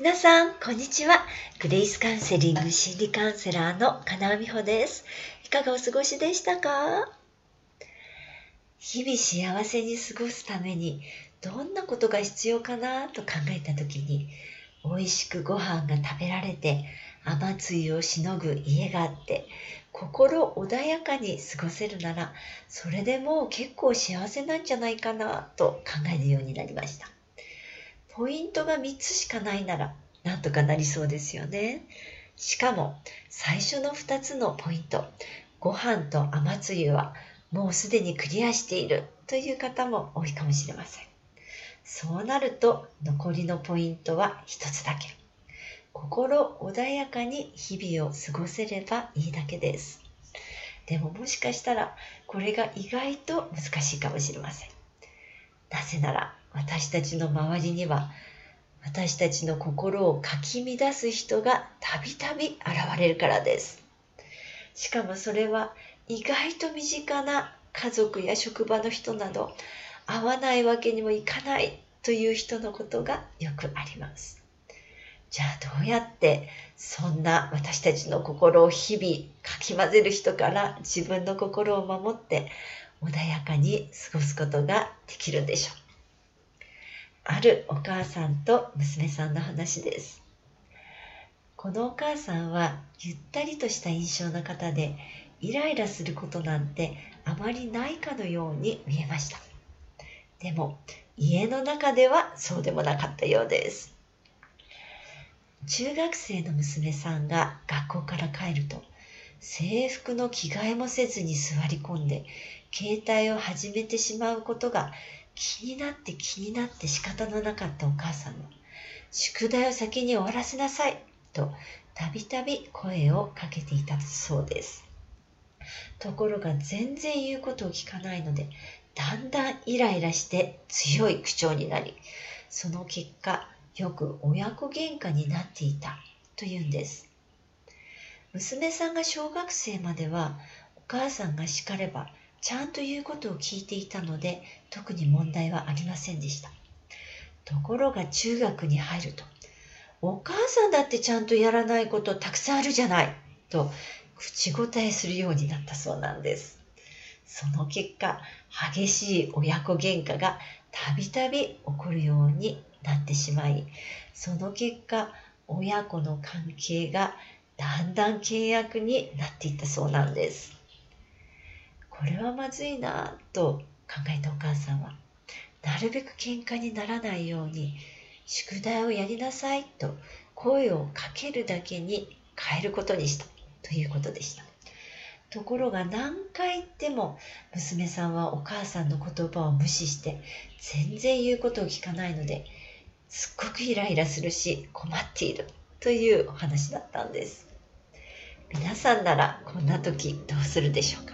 皆さん、こんにちは。グレイスカウンセリング心理カウンセラーの金尾美穂です。いかがお過ごしでしたか？日々幸せに過ごすためにどんなことが必要かなと考えたときに、美味しくご飯が食べられて、雨露をしのぐ家があって、心穏やかに過ごせるなら、それでもう結構幸せなんじゃないかなと考えるようになりました。ポイントが3つしかないなら、なんとかなりそうですよね。しかも、最初の2つのポイント、ご飯と雨露はもうすでにクリアしているという方も多いかもしれません。そうなると、残りのポイントは1つだけ。心穏やかに日々を過ごせればいいだけです。でももしかしたら、これが意外と難しいかもしれません。なぜなら、私たちの周りには、私たちの心をかき乱す人がたびたび現れるからです。しかもそれは意外と身近な家族や職場の人など、会わないわけにもいかないという人のことがよくあります。じゃあどうやってそんな私たちの心を日々かき混ぜる人から自分の心を守って穏やかに過ごすことができるんでしょう。あるお母さんと娘さんの話です。このお母さんはゆったりとした印象の方で、イライラすることなんてあまりないかのように見えました。でも家の中ではそうでもなかったようです。中学生の娘さんが学校から帰ると、制服の着替えもせずに座り込んで携帯を始めてしまうことが気になって仕方のなかったお母さんは、宿題を先に終わらせなさいとたびたび声をかけていたそうです。ところが全然言うことを聞かないので、だんだんイライラして強い口調になり、その結果よく親子喧嘩になっていたというんです。娘さんが小学生まではお母さんが叱ればちゃんと言うことを聞いていたので、特に問題はありませんでした。ところが中学に入ると、お母さんだってちゃんとやらないことたくさんあるじゃないと口答えするようになったそうなんです。その結果、激しい親子喧嘩がたびたび起こるようになってしまい、その結果、親子の関係がだんだん険悪になっていったそうなんです。これはまずいなと考えたお母さんは、なるべく喧嘩にならないように、宿題をやりなさいと声をかけるだけに変えることにしたということでした。ところが何回言っても娘さんはお母さんの言葉を無視して全然言うことを聞かないので、すっごくイライラするし困っているというお話だったんです。皆さんならこんな時どうするでしょうか？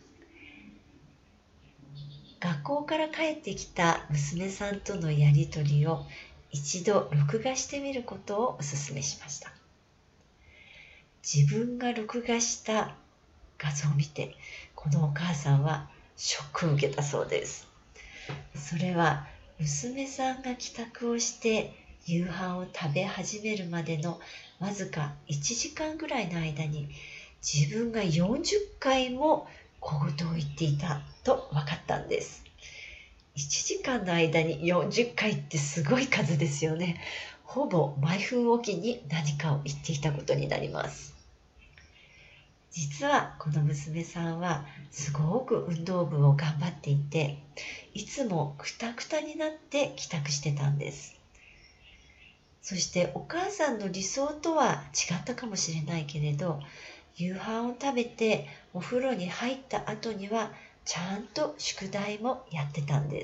学校から帰ってきた娘さんとのやりとりを一度録画してみることをお勧めしました。自分が録画した画像を見て、このお母さんはショックを受けたそうです。それは娘さんが帰宅をして夕飯を食べ始めるまでのわずか1時間ぐらいの間に、自分が40回も小言を言っていたと分かったんです。1時間の間に40回ってすごい数ですよね。ほぼ毎分おきに何かを言っていたことになります。実はこの娘さんはすごく運動部を頑張っていて、いつもクタクタになって帰宅してたんです。そしてお母さんの理想とは違ったかもしれないけれど、夕飯を食べてお風呂に入った後にはちゃんと宿題もやってたんです。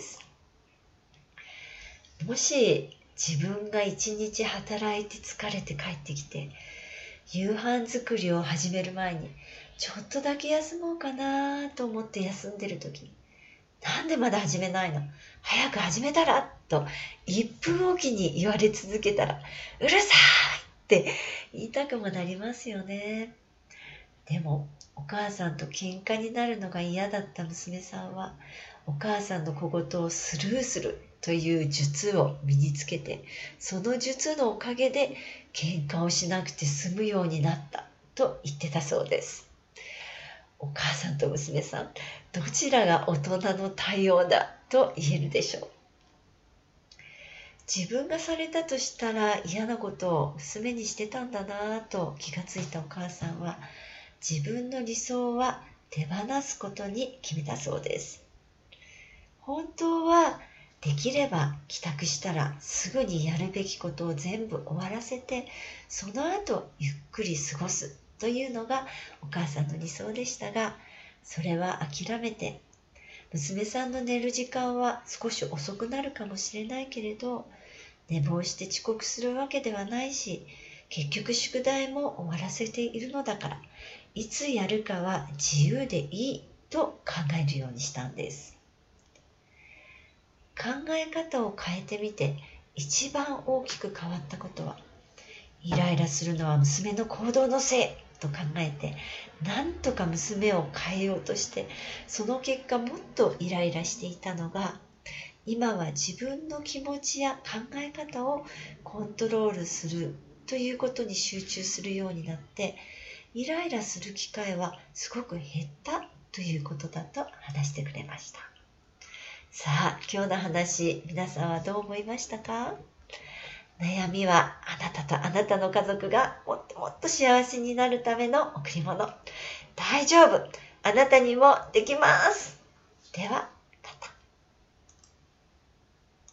もし自分が一日働いて疲れて帰ってきて、夕飯作りを始める前にちょっとだけ休もうかなと思って休んでる時に、なんでまだ始めないの、早く始めたらと1分おきに言われ続けたら、うるさいって言いたくもなりますよね。でもお母さんと喧嘩になるのが嫌だった娘さんは、お母さんの小言をスルーするという術を身につけて、その術のおかげで喧嘩をしなくて済むようになったと言ってたそうです。お母さんと娘さん、どちらが大人の対応だと言えるでしょう。自分がされたとしたら嫌なことを娘にしてたんだなぁと気がついたお母さんは、自分の理想は手放すことに決めたそうです。本当はできれば帰宅したらすぐにやるべきことを全部終わらせて、その後ゆっくり過ごすというのがお母さんの理想でしたが、それは諦めて、娘さんの寝る時間は少し遅くなるかもしれないけれど、寝坊して遅刻するわけではないし、結局宿題も終わらせているのだから、いつやるかは自由でいいと考えるようにしたんです。考え方を変えてみて一番大きく変わったことは、イライラするのは娘の行動のせいと考えて、なんとか娘を変えようとして、その結果もっとイライラしていたのが、今は自分の気持ちや考え方をコントロールするということに集中するようになって、イライラする機会はすごく減ったということだと話してくれました。さあ、今日の話、皆さんはどう思いましたか？悩みはあなたとあなたの家族がもっともっと幸せになるための贈り物。大丈夫。あなたにもできます。では。